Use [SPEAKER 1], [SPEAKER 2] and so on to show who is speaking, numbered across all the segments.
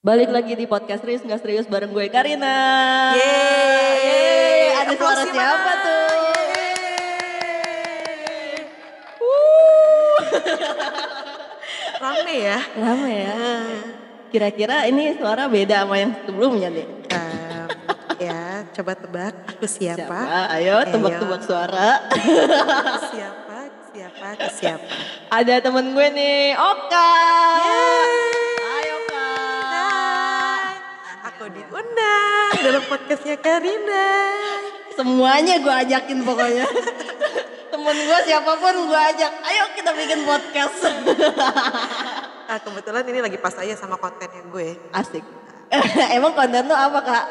[SPEAKER 1] Balik lagi di podcast Serius Nggak Serius bareng gue Karina.
[SPEAKER 2] Yeay,
[SPEAKER 1] Ada suara
[SPEAKER 2] applause-nya
[SPEAKER 1] siapa
[SPEAKER 2] mana?
[SPEAKER 1] tuh?
[SPEAKER 2] Yeay. Rame ya?
[SPEAKER 1] Lama ya. Kira-kira ini suara beda sama yang sebelumnya nih.
[SPEAKER 2] Ya, coba tebak aku siapa?
[SPEAKER 1] Ayo tebak-tebak suara.
[SPEAKER 2] Siapa?
[SPEAKER 1] Ada temen gue nih, Oka. Hai Oka.
[SPEAKER 2] Hai, aku diundang dalam podcastnya Karina.
[SPEAKER 1] Semuanya gue ajakin pokoknya. Temen gue siapapun gue ajak. Ayo kita bikin podcast.
[SPEAKER 2] Kebetulan ini lagi pas aja sama kontennya gue.
[SPEAKER 1] Asik. Emang konten lu apa Kak?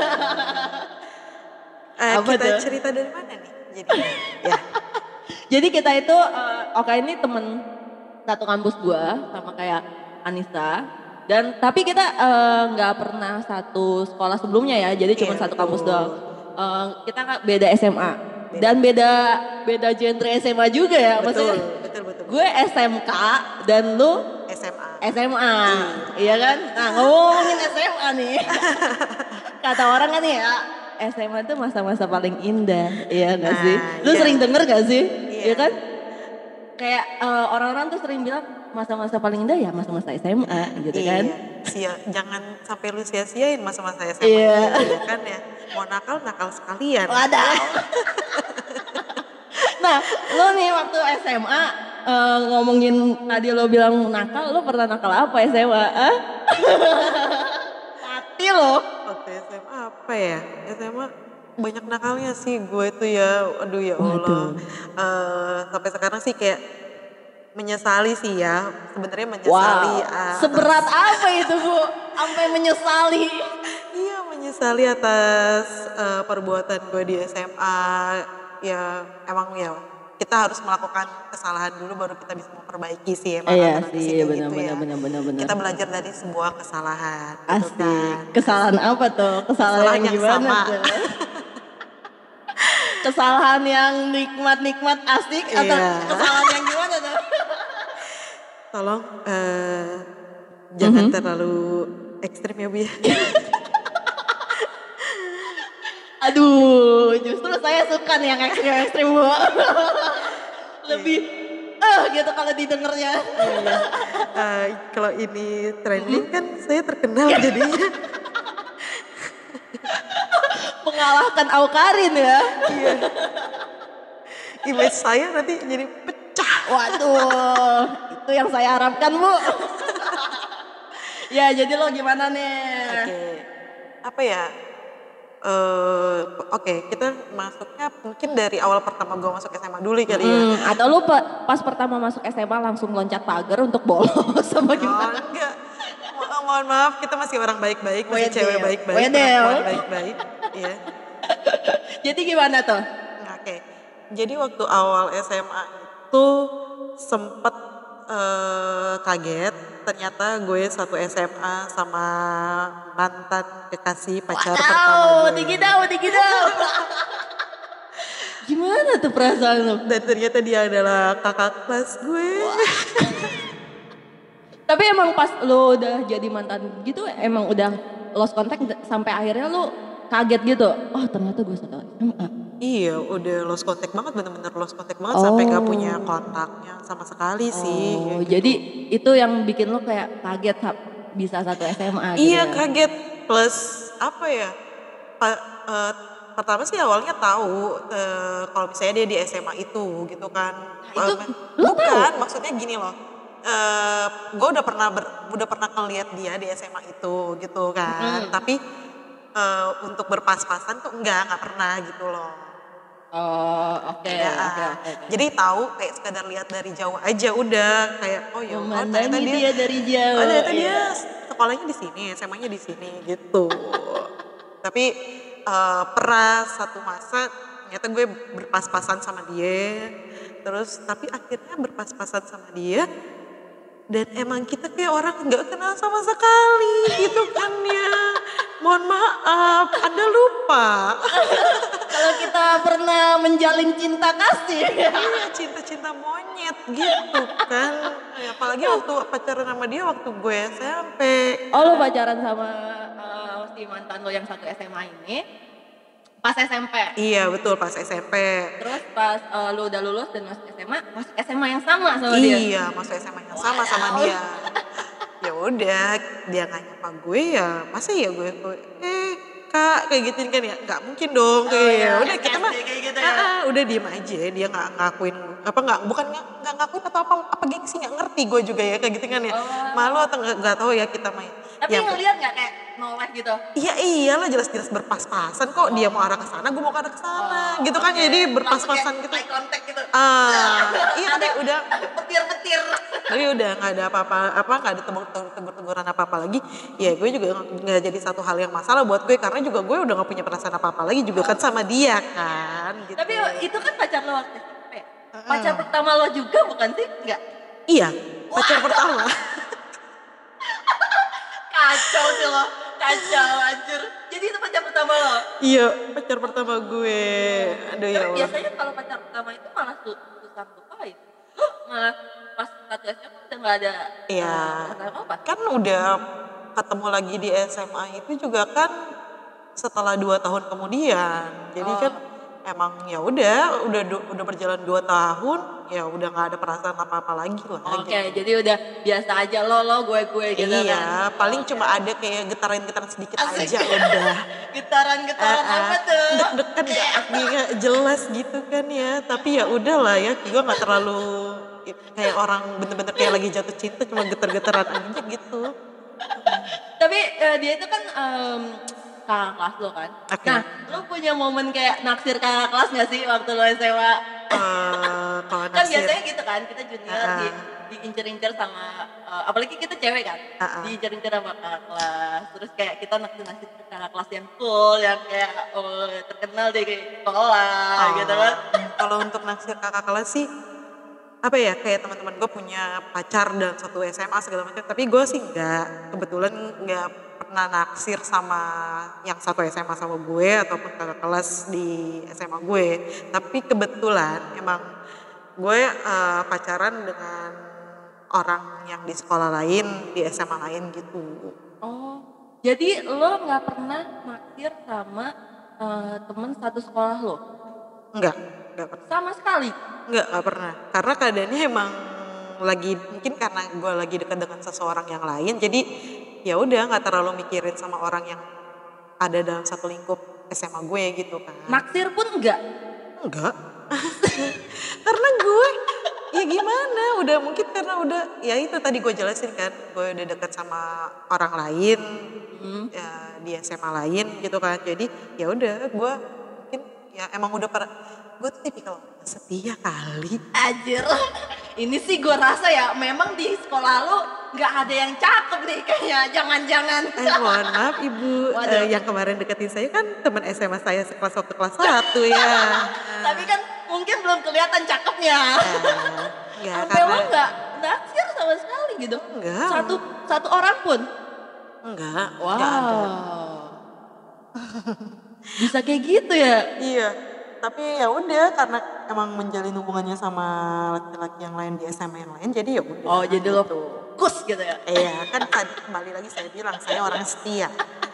[SPEAKER 1] Apa
[SPEAKER 2] Kita
[SPEAKER 1] tuh?
[SPEAKER 2] cerita dari mana nih? Jadi, ya.
[SPEAKER 1] Jadi kita itu, Oka ini temen satu kampus gua sama kayak Anissa. Dan tapi kita nggak pernah satu sekolah sebelumnya ya, jadi cuma
[SPEAKER 2] Iya,
[SPEAKER 1] satu kampus
[SPEAKER 2] betul.
[SPEAKER 1] doang. Kita kan beda SMA dan beda genre SMA juga ya, maksudnya.
[SPEAKER 2] Betul.
[SPEAKER 1] Gue SMK dan lu
[SPEAKER 2] SMA.
[SPEAKER 1] SMA, iya kan? Nah ngomongin SMA nih, kata orang kan ya SMA tuh masa-masa paling indah, iya gak sih? Lu
[SPEAKER 2] Iya.
[SPEAKER 1] sering denger gak sih?
[SPEAKER 2] Iya.
[SPEAKER 1] Iya kan? Kayak orang-orang tuh sering bilang masa-masa paling indah ya masa-masa SMA gitu kan?
[SPEAKER 2] Jangan sampai lu sia-siain masa-masa SMA
[SPEAKER 1] Iya.
[SPEAKER 2] ya kan ya. Mau nakal sekalian.
[SPEAKER 1] Wadah. Nah, lo nih waktu SMA ngomongin tadi lo bilang nakal, lo pernah nakal apa SMA? Mati lo.
[SPEAKER 2] Waktu SMA apa ya? SMA banyak nakalnya sih gue tuh ya. Aduh ya Allah. Sampai sekarang sih kayak menyesali sih ya. Sebenarnya menyesali.
[SPEAKER 1] Seberat apa itu Bu? Sampai menyesali.
[SPEAKER 2] Iya, menyesali atas perbuatan gue di SMA. Ya emang ya kita harus melakukan kesalahan dulu baru kita bisa memperbaiki sih emang.
[SPEAKER 1] Iya
[SPEAKER 2] aturan di
[SPEAKER 1] sih,
[SPEAKER 2] sini
[SPEAKER 1] benar.
[SPEAKER 2] Kita belajar dari sebuah kesalahan. Gitu
[SPEAKER 1] Asik.
[SPEAKER 2] kan.
[SPEAKER 1] Kesalahan apa tuh? Kesalahan yang gimana
[SPEAKER 2] sama.
[SPEAKER 1] tuh? Kesalahan yang nikmat-nikmat asik atau
[SPEAKER 2] Iya.
[SPEAKER 1] kesalahan yang gimana tuh?
[SPEAKER 2] Tolong jangan terlalu ekstrim ya Bu ya.
[SPEAKER 1] Aduh, justru saya suka nih yang ekstrim-ekstrim Bu. Lebih gitu kalau didengarnya.
[SPEAKER 2] Kalau ini trending kan saya terkenal jadinya.
[SPEAKER 1] Mengalahkan Aukarin ya.
[SPEAKER 2] Iya. Image saya nanti jadi pecah.
[SPEAKER 1] Waduh, itu yang saya harapkan Bu. Ya jadi lo gimana nih?
[SPEAKER 2] Oke. Apa ya? Oke, kita masuknya mungkin dari awal pertama gue masuk SMA dulu kali ya.
[SPEAKER 1] Atau lu pas pertama masuk SMA langsung loncat pagar untuk bolos sama gimana?
[SPEAKER 2] Enggak. Mohon maaf, kita masih orang baik-baik, masih
[SPEAKER 1] Wedel.
[SPEAKER 2] cewek baik-baik,
[SPEAKER 1] Wedel.
[SPEAKER 2] perempuan baik-baik. Iya.
[SPEAKER 1] Jadi gimana tuh?
[SPEAKER 2] Oke. Jadi waktu awal SMA itu sempet kaget. Ternyata gue satu SMA sama mantan kekasih pacar pertama gue.
[SPEAKER 1] Digidau. Gimana tuh perasaan lu?
[SPEAKER 2] Dan ternyata dia adalah kakak kelas gue.
[SPEAKER 1] Tapi emang pas lu udah jadi mantan gitu emang udah lost contact sampai akhirnya lu kaget gitu. Oh ternyata gue satu SMA.
[SPEAKER 2] Iya, udah lost contact banget, bener-bener lost contact banget sampai gak punya kontaknya sama sekali sih.
[SPEAKER 1] Oh,
[SPEAKER 2] Gitu.
[SPEAKER 1] jadi itu yang bikin lu kayak kaget bisa satu SMA gitu.
[SPEAKER 2] Iya,
[SPEAKER 1] ya?
[SPEAKER 2] kaget plus apa ya? Pertama sih awalnya tahu kalau misalnya dia di SMA itu gitu kan.
[SPEAKER 1] Itu lu
[SPEAKER 2] bukan, maksudnya gini loh. Gue udah pernah ngeliat dia di SMA itu gitu kan. Tapi untuk berpas-pasan tuh nggak pernah gitu loh.
[SPEAKER 1] Oh, oke.
[SPEAKER 2] Jadi tahu kayak sekedar lihat dari jauh aja udah kayak ternyata
[SPEAKER 1] Memandangi
[SPEAKER 2] dia
[SPEAKER 1] dia dari jauh.
[SPEAKER 2] Oh, ternyata
[SPEAKER 1] Iya.
[SPEAKER 2] dia sekolahnya di sini, SMA-nya di sini gitu. Tapi pernah satu masa ternyata gue berpas-pasan sama dia. Terus tapi akhirnya berpas-pasan sama dia dan emang kita kayak orang nggak kenal sama sekali gitu kan ya. Mohon maaf, Anda lupa.
[SPEAKER 1] Kalau kita pernah menjalin cinta kasih.
[SPEAKER 2] Iya, cinta-cinta monyet gitu kan. Ya, apalagi waktu pacaran sama dia waktu gue SMP.
[SPEAKER 1] Oh lu pacaran sama si mantan lo yang satu SMA ini pas SMP?
[SPEAKER 2] Iya betul, pas SMP.
[SPEAKER 1] Terus pas lu udah lulus dan masuk SMA yang sama sama dia?
[SPEAKER 2] Iya, masuk SMA yang sama sama dia. Ya udah, dia nggak nyapa gue ya, masa ya gue kak kayak gituin kan ya, nggak mungkin dong kayak
[SPEAKER 1] iya,
[SPEAKER 2] udah kita mah
[SPEAKER 1] kayak gitu ya.
[SPEAKER 2] udah diem aja, dia nggak ngakuin apa nggak ngakuin atau apa gengsi nggak ngerti gue juga ya kayak gitu kan ya, malu atau nggak tahu ya kita main.
[SPEAKER 1] Tapi
[SPEAKER 2] Ya,
[SPEAKER 1] ngeliat nggak kayak noleh gitu?
[SPEAKER 2] iya iyalah jelas-jelas berpas-pasan kok, dia mau arah ke sana, gue mau ke arah ke sana, gitu kan, jadi berpas-pasan gitu.
[SPEAKER 1] Eye contact gitu.
[SPEAKER 2] Iya tapi udah
[SPEAKER 1] Petir-petir.
[SPEAKER 2] tapi udah nggak ada apa-apa nggak ada tegur-teguran apa-apa lagi ya, gue juga nggak jadi satu hal yang masalah buat gue karena juga gue udah nggak punya perasaan apa-apa lagi juga kan sama dia kan gitu.
[SPEAKER 1] Tapi itu kan pacar lo waktu SMP. Pacar pertama lo juga bukan sih? Enggak.
[SPEAKER 2] Iya pacar pertama.
[SPEAKER 1] Kacau sih lo. Kacau anjir. Jadi itu pacar pertama lo?
[SPEAKER 2] Iya pacar pertama gue. Aduh ya
[SPEAKER 1] Tapi
[SPEAKER 2] Allah.
[SPEAKER 1] biasanya kalau pacar pertama itu malah susah lupain. Malah pas satu SMA udah gak ada
[SPEAKER 2] Iya
[SPEAKER 1] apa-apa.
[SPEAKER 2] kan udah ketemu lagi di SMA itu juga kan setelah 2 tahun kemudian, jadi kan emang ya udah berjalan 2 tahun ya udah nggak ada perasaan apa-apa lagi lah.
[SPEAKER 1] Oke,
[SPEAKER 2] gitu.
[SPEAKER 1] jadi udah biasa aja lo gue gitu kan.
[SPEAKER 2] Iya, paling cuma ada kayak getaran-getaran sedikit aja udah.
[SPEAKER 1] Getaran-getaran apa tuh?
[SPEAKER 2] Deg-degan nggak jelas gitu kan ya. Tapi ya udahlah ya, gue nggak terlalu kayak orang bener-bener kayak lagi jatuh cinta, cuma getar-getaran aja gitu.
[SPEAKER 1] Tapi dia itu kan kakak kelas lo kan.
[SPEAKER 2] Oke.
[SPEAKER 1] Nah, lo punya momen kayak naksir kakak kelas gak sih waktu lo SMA?
[SPEAKER 2] Kalau
[SPEAKER 1] Kan
[SPEAKER 2] naksir,
[SPEAKER 1] biasanya gitu kan, kita junior diincer-incer sama, apalagi kita cewek kan, diincer-incer sama kakak kelas. Terus kayak kita naksir-naksir ke kakak kelas yang cool, yang kayak terkenal di sekolah gitu kan.
[SPEAKER 2] kalau untuk naksir kakak kelas sih apa ya, kayak teman-teman gue punya pacar dan satu SMA segala macam, tapi gue sih kebetulan nggak pernah naksir sama yang satu SMA sama gue ataupun kakak kelas di SMA gue, tapi kebetulan emang gue pacaran dengan orang yang di sekolah lain, di SMA lain gitu.
[SPEAKER 1] Oh, jadi lo nggak pernah naksir sama temen satu sekolah lo?
[SPEAKER 2] Enggak pernah.
[SPEAKER 1] Sama sekali?
[SPEAKER 2] Nggak pernah. Karena keadaannya emang mungkin karena gue lagi dekat dengan seseorang yang lain, jadi ya udah nggak terlalu mikirin sama orang yang ada dalam satu lingkup SMA gue gitu kan.
[SPEAKER 1] Naksir pun enggak?
[SPEAKER 2] Enggak. Karena gue ya gimana, udah mungkin karena udah ya itu tadi gue jelasin kan, gue udah dekat sama orang lain ya, di SMA lain gitu kan, jadi ya udah gue mungkin ya emang udah gue tuh tipikal setia kali.
[SPEAKER 1] Anjir, ini sih gue rasa ya memang di sekolah lu gak ada yang cakep nih kayaknya, jangan-jangan.
[SPEAKER 2] Mohon maaf ibu, yang kemarin deketin saya kan teman SMA saya sekelas waktu kelas 1 ya.
[SPEAKER 1] Tapi kan mungkin belum kelihatan cakepnya.
[SPEAKER 2] Ya
[SPEAKER 1] Sampai lo gak naksir sama sekali gitu?
[SPEAKER 2] Enggak.
[SPEAKER 1] Satu orang pun?
[SPEAKER 2] Enggak,
[SPEAKER 1] Wow.
[SPEAKER 2] enggak ada.
[SPEAKER 1] Bisa kayak gitu ya?
[SPEAKER 2] Iya, tapi ya udah karena emang menjalin hubungannya sama laki-laki yang lain di SMA yang lain, jadi ya udah.
[SPEAKER 1] Oh jadi lo kus gitu ya?
[SPEAKER 2] Iya, kan tadi kembali lagi saya bilang saya orang setia.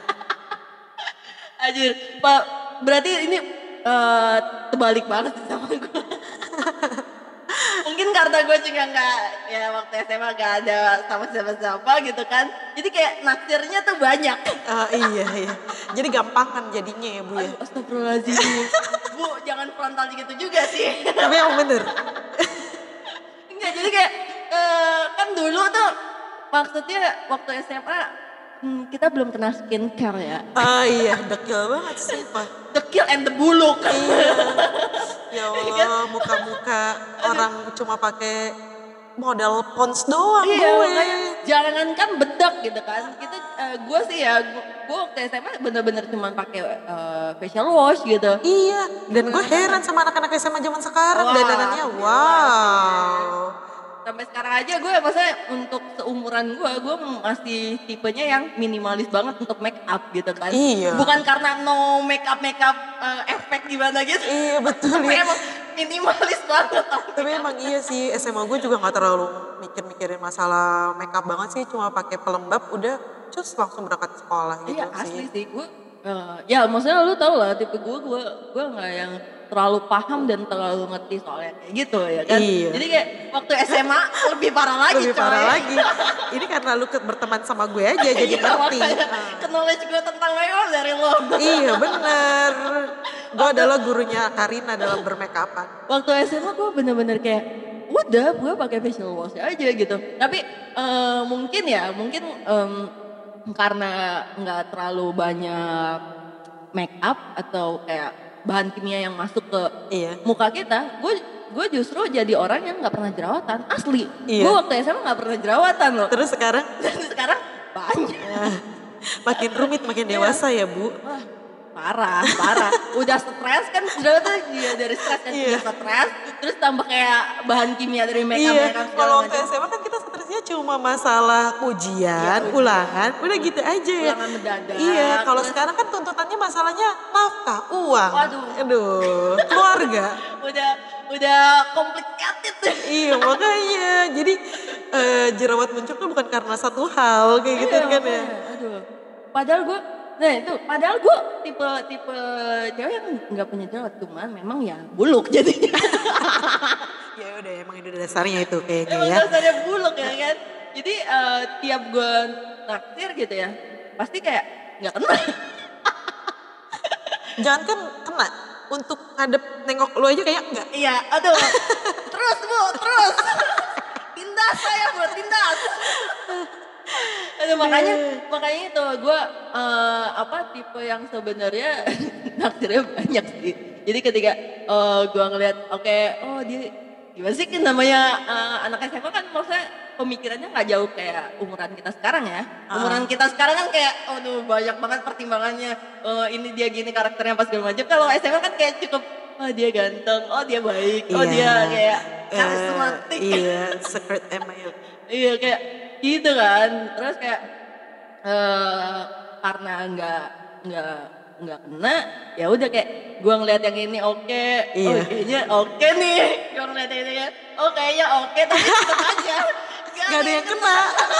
[SPEAKER 1] Anjir, Pak, berarti ini terbalik banget sih sama gue. Mungkin karena gue juga gak, ya waktu SMA gak ada sama siapa-siapa gitu kan. Jadi kayak naksirnya tuh banyak.
[SPEAKER 2] Iya. Jadi gampangan jadinya ya Bu ya.
[SPEAKER 1] Aduh, astagfirullahaladzim. Bu, jangan frontal gitu juga sih.
[SPEAKER 2] Tapi yang bener.
[SPEAKER 1] Enggak, jadi kayak kan dulu tuh maksudnya waktu SMA kita belum kenal skincare ya.
[SPEAKER 2] Iya, dekil banget sih Pak.
[SPEAKER 1] The kill and the buluk.
[SPEAKER 2] Ya Allah, muka-muka orang cuma pakai modal pons doang
[SPEAKER 1] Iya,
[SPEAKER 2] gue.
[SPEAKER 1] makanya jangankan bedak gitu kan. Kita gue sih ya, gue waktu SMA bener-bener cuma pakai facial wash gitu.
[SPEAKER 2] Iya, dan gue heran sama anak-anak SMA zaman sekarang dandanannya. Wow.
[SPEAKER 1] Sampai sekarang aja gue maksudnya untuk seumuran gue masih tipenya yang minimalis banget untuk make up gitu kan.
[SPEAKER 2] Iya.
[SPEAKER 1] Bukan karena no make up efek gimana gitu.
[SPEAKER 2] Iya betul
[SPEAKER 1] Tapi
[SPEAKER 2] ya.
[SPEAKER 1] emang minimalis banget.
[SPEAKER 2] Tapi emang iya sih, SMA gue juga gak terlalu mikirin masalah make up banget sih. Cuma pakai pelembab udah cus langsung berangkat sekolah gitu
[SPEAKER 1] iya,
[SPEAKER 2] sih.
[SPEAKER 1] asli sih gue. Ya maksudnya lu tau lah tipe gue gak yang terlalu paham dan terlalu ngerti soalnya kayak gitu ya kan.
[SPEAKER 2] Iya.
[SPEAKER 1] Jadi kayak waktu SMA lebih parah lagi
[SPEAKER 2] Lebih parah lagi. Ini karena lu berteman sama gue aja jadi ngerti.
[SPEAKER 1] Knowledge gue tentang makeup dari lo.
[SPEAKER 2] Iya bener. Gue adalah gurunya Karina dalam bermakeupan.
[SPEAKER 1] Waktu SMA gue bener-bener kayak udah gue pakai facial wash aja gitu. Tapi mungkin karena nggak terlalu banyak make up atau kayak bahan kimia yang masuk ke muka kita, gue justru jadi orang yang nggak pernah jerawatan asli. Gue waktu SMA nggak pernah jerawatan loh.
[SPEAKER 2] Terus sekarang?
[SPEAKER 1] Sekarang banyak.
[SPEAKER 2] Makin rumit, makin dewasa ya Bu.
[SPEAKER 1] Parah. Udah stres kan, jerawatan juga dari stres kan, udah stres. Terus tambah kayak bahan kimia dari makeup.
[SPEAKER 2] Kalau waktu SMA kan kita stresnya cuma masalah ujian, ulangan, udah gitu aja ya.
[SPEAKER 1] Ulangan mendadak.
[SPEAKER 2] Iya, kalau sekarang kan tuntutannya masalahnya nafkah, uang. Aduh, keluarga.
[SPEAKER 1] udah complicated.
[SPEAKER 2] Iya makanya, jadi jerawat muncul tuh bukan karena satu hal kayak gitu kan ya.
[SPEAKER 1] Aduh, padahal gue tipe cewek yang nggak punya jerawat, cuman memang ya buluk jadinya.
[SPEAKER 2] Ya udah emang itu dasarnya itu kayaknya ya.
[SPEAKER 1] Dasarnya buluk ya kan. Jadi tiap gue naksir gitu ya, pasti kayak nggak kena.
[SPEAKER 2] Jangan kan kena, untuk ngadep nengok lu aja kayak enggak.
[SPEAKER 1] Iya, aduh. Terus Bu, terus. Tindas saya Bu, tindas. Aduh, makanya itu gue tipe yang sebenarnya naksirnya banyak sih. Jadi ketika gue ngeliat dia gimana sih namanya anak SMA kan maksudnya pemikirannya nggak jauh kayak umuran kita sekarang ya. Umuran kita sekarang kan kayak banyak banget pertimbangannya. Ini dia gini karakternya pas segala macam. Kalau SMA kan kayak cukup dia ganteng, dia baik, dia kayak karismatik.
[SPEAKER 2] Iya, secret admirer.
[SPEAKER 1] Iya kayak gitu kan. Terus kayak karena nggak kena, ya udah kayak gue ngeliat yang ini kayaknya oke nih. Gue ngeliat yang ini kan, kayaknya oke, tapi tetap aja
[SPEAKER 2] gak ada yang kena.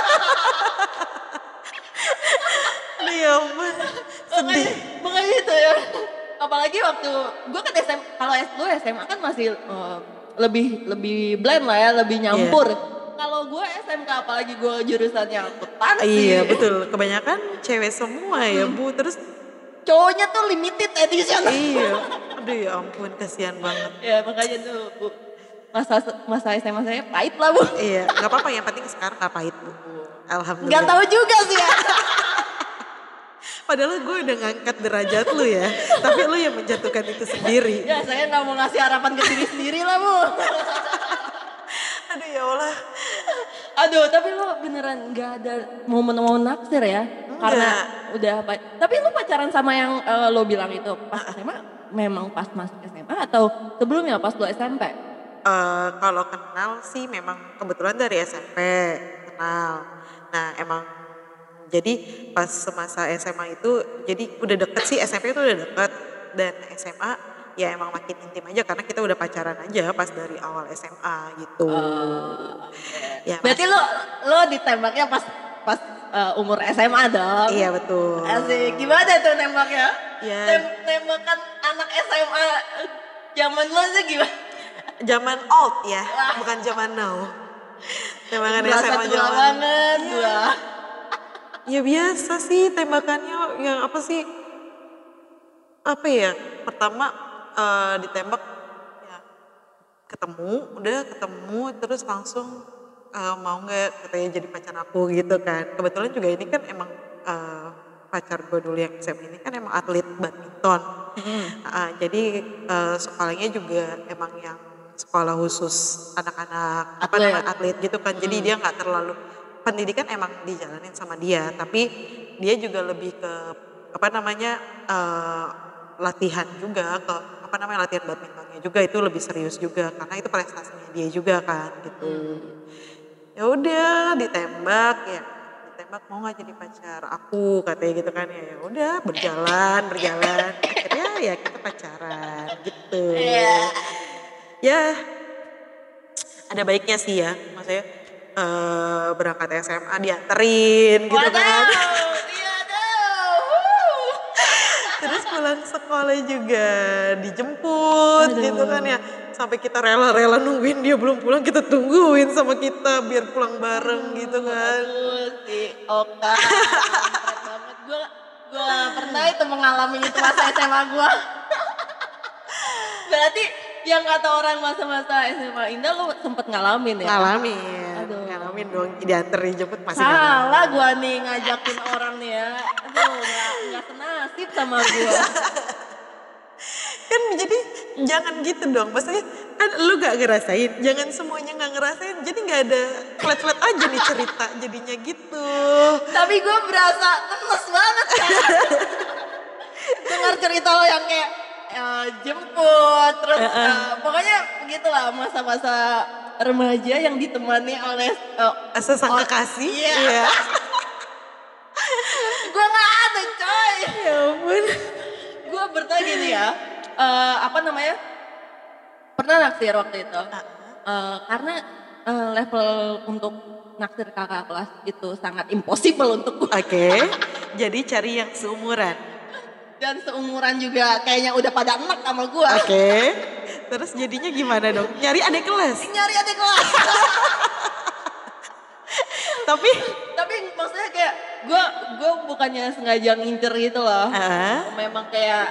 [SPEAKER 2] Aduh ya ampun, sedih.
[SPEAKER 1] Makanya itu ya. Apalagi waktu gue kan kalau SMA kan masih lebih blend lah ya, lebih nyampur. Kalau gue SMK apalagi gue jurusannya akuntansi.
[SPEAKER 2] Iya betul, kebanyakan cewek semua ya Bu. Terus
[SPEAKER 1] cowoknya tuh limited edition.
[SPEAKER 2] Iya, aduh ya ampun kasihan banget.
[SPEAKER 1] Ya makanya tuh Bu, masa SMA saya pahit lah Bu.
[SPEAKER 2] Iya, gak apa-apa yang penting sekarang gak pahit Bu. Alhamdulillah.
[SPEAKER 1] Gak tahu juga sih ya.
[SPEAKER 2] Padahal gue udah ngangkat derajat lu ya, tapi lu yang menjatuhkan itu sendiri.
[SPEAKER 1] Ya saya gak mau ngasih harapan ke diri sendiri lah Bu.
[SPEAKER 2] Aduh ya Allah.
[SPEAKER 1] Aduh tapi lu beneran gak ada momen-momen naksir ya?
[SPEAKER 2] Enggak.
[SPEAKER 1] Karena udah tapi lu pacaran sama yang lo bilang itu pas SMA, memang pas masuk SMA atau sebelumnya pas lu SMP?
[SPEAKER 2] Kalau kenal sih memang kebetulan dari SMP kenal. Nah emang jadi pas semasa SMA itu jadi udah deket sih, SMP itu udah deket. Dan SMA ya emang makin intim aja karena kita udah pacaran aja pas dari awal SMA gitu.
[SPEAKER 1] Ya, berarti lo ditembaknya pas umur SMA dong?
[SPEAKER 2] Iya betul.
[SPEAKER 1] Asik, gimana tuh nembaknya?
[SPEAKER 2] Ya.
[SPEAKER 1] Tembakan anak SMA zaman lo sih gimana?
[SPEAKER 2] Zaman old ya, bukan zaman now. Tembakan SMA zaman
[SPEAKER 1] banget gua.
[SPEAKER 2] Ya biasa sih tembakannya yang apa sih? Apa ya? Pertama ditembak ya ketemu terus langsung mau nggak katanya jadi pacar aku gitu kan. Kebetulan juga ini kan emang pacar gue dulu yang SMA ini kan emang atlet badminton. Jadi sekolahnya juga emang yang sekolah khusus anak-anak atlet gitu kan. Jadi dia nggak terlalu pendidikan emang dijalanin sama dia, tapi dia juga lebih ke latihan juga ke latihan badmintonnya juga itu lebih serius juga karena itu prestasinya dia juga kan gitu. Ya udah ditembak mau nggak jadi pacar aku katanya gitu kan ya udah berjalan akhirnya ya kita pacaran gitu. Ya ada baiknya sih ya maksudnya berangkat SMA dianterin gitu kan. Terus pulang sekolah juga dijemput gitu kan ya. Sampai kita rela-rela nungguin dia belum pulang, kita tungguin sama kita biar pulang bareng gitu kan.
[SPEAKER 1] Aduh si Oka, kampret banget. Gue pernah itu mengalami itu masa SMA gue. Berarti yang kata orang masa-masa SMA indah lo sempet ngalamin ya?
[SPEAKER 2] Ngalamin dong, dianterin dijemput pasti
[SPEAKER 1] salah gue nih ngajakin orang nih ya. Aduh gak senasib sama gue.
[SPEAKER 2] Kan jadi jangan gitu dong, maksudnya kan lu gak ngerasain, jangan semuanya gak ngerasain, jadi gak ada flat-flat aja nih cerita jadinya gitu.
[SPEAKER 1] Tapi gue berasa lemes banget kan. Dengar cerita lo yang kayak jemput, terus pokoknya begitulah masa-masa remaja yang ditemani oleh
[SPEAKER 2] sesang kekasih.
[SPEAKER 1] Iya. Gue gak ada coy.
[SPEAKER 2] Ya ampun.
[SPEAKER 1] Gue bertanya gini ya. Pernah naksir waktu itu karena level untuk naksir kakak kelas itu sangat impossible untuk gue.
[SPEAKER 2] Oke. Jadi cari yang seumuran
[SPEAKER 1] dan seumuran juga kayaknya udah pada enak sama gue.
[SPEAKER 2] Oke. Terus jadinya gimana dong? Nyari adik kelas tapi
[SPEAKER 1] maksudnya kayak gue bukannya sengaja ngincer gitu loh. Memang kayak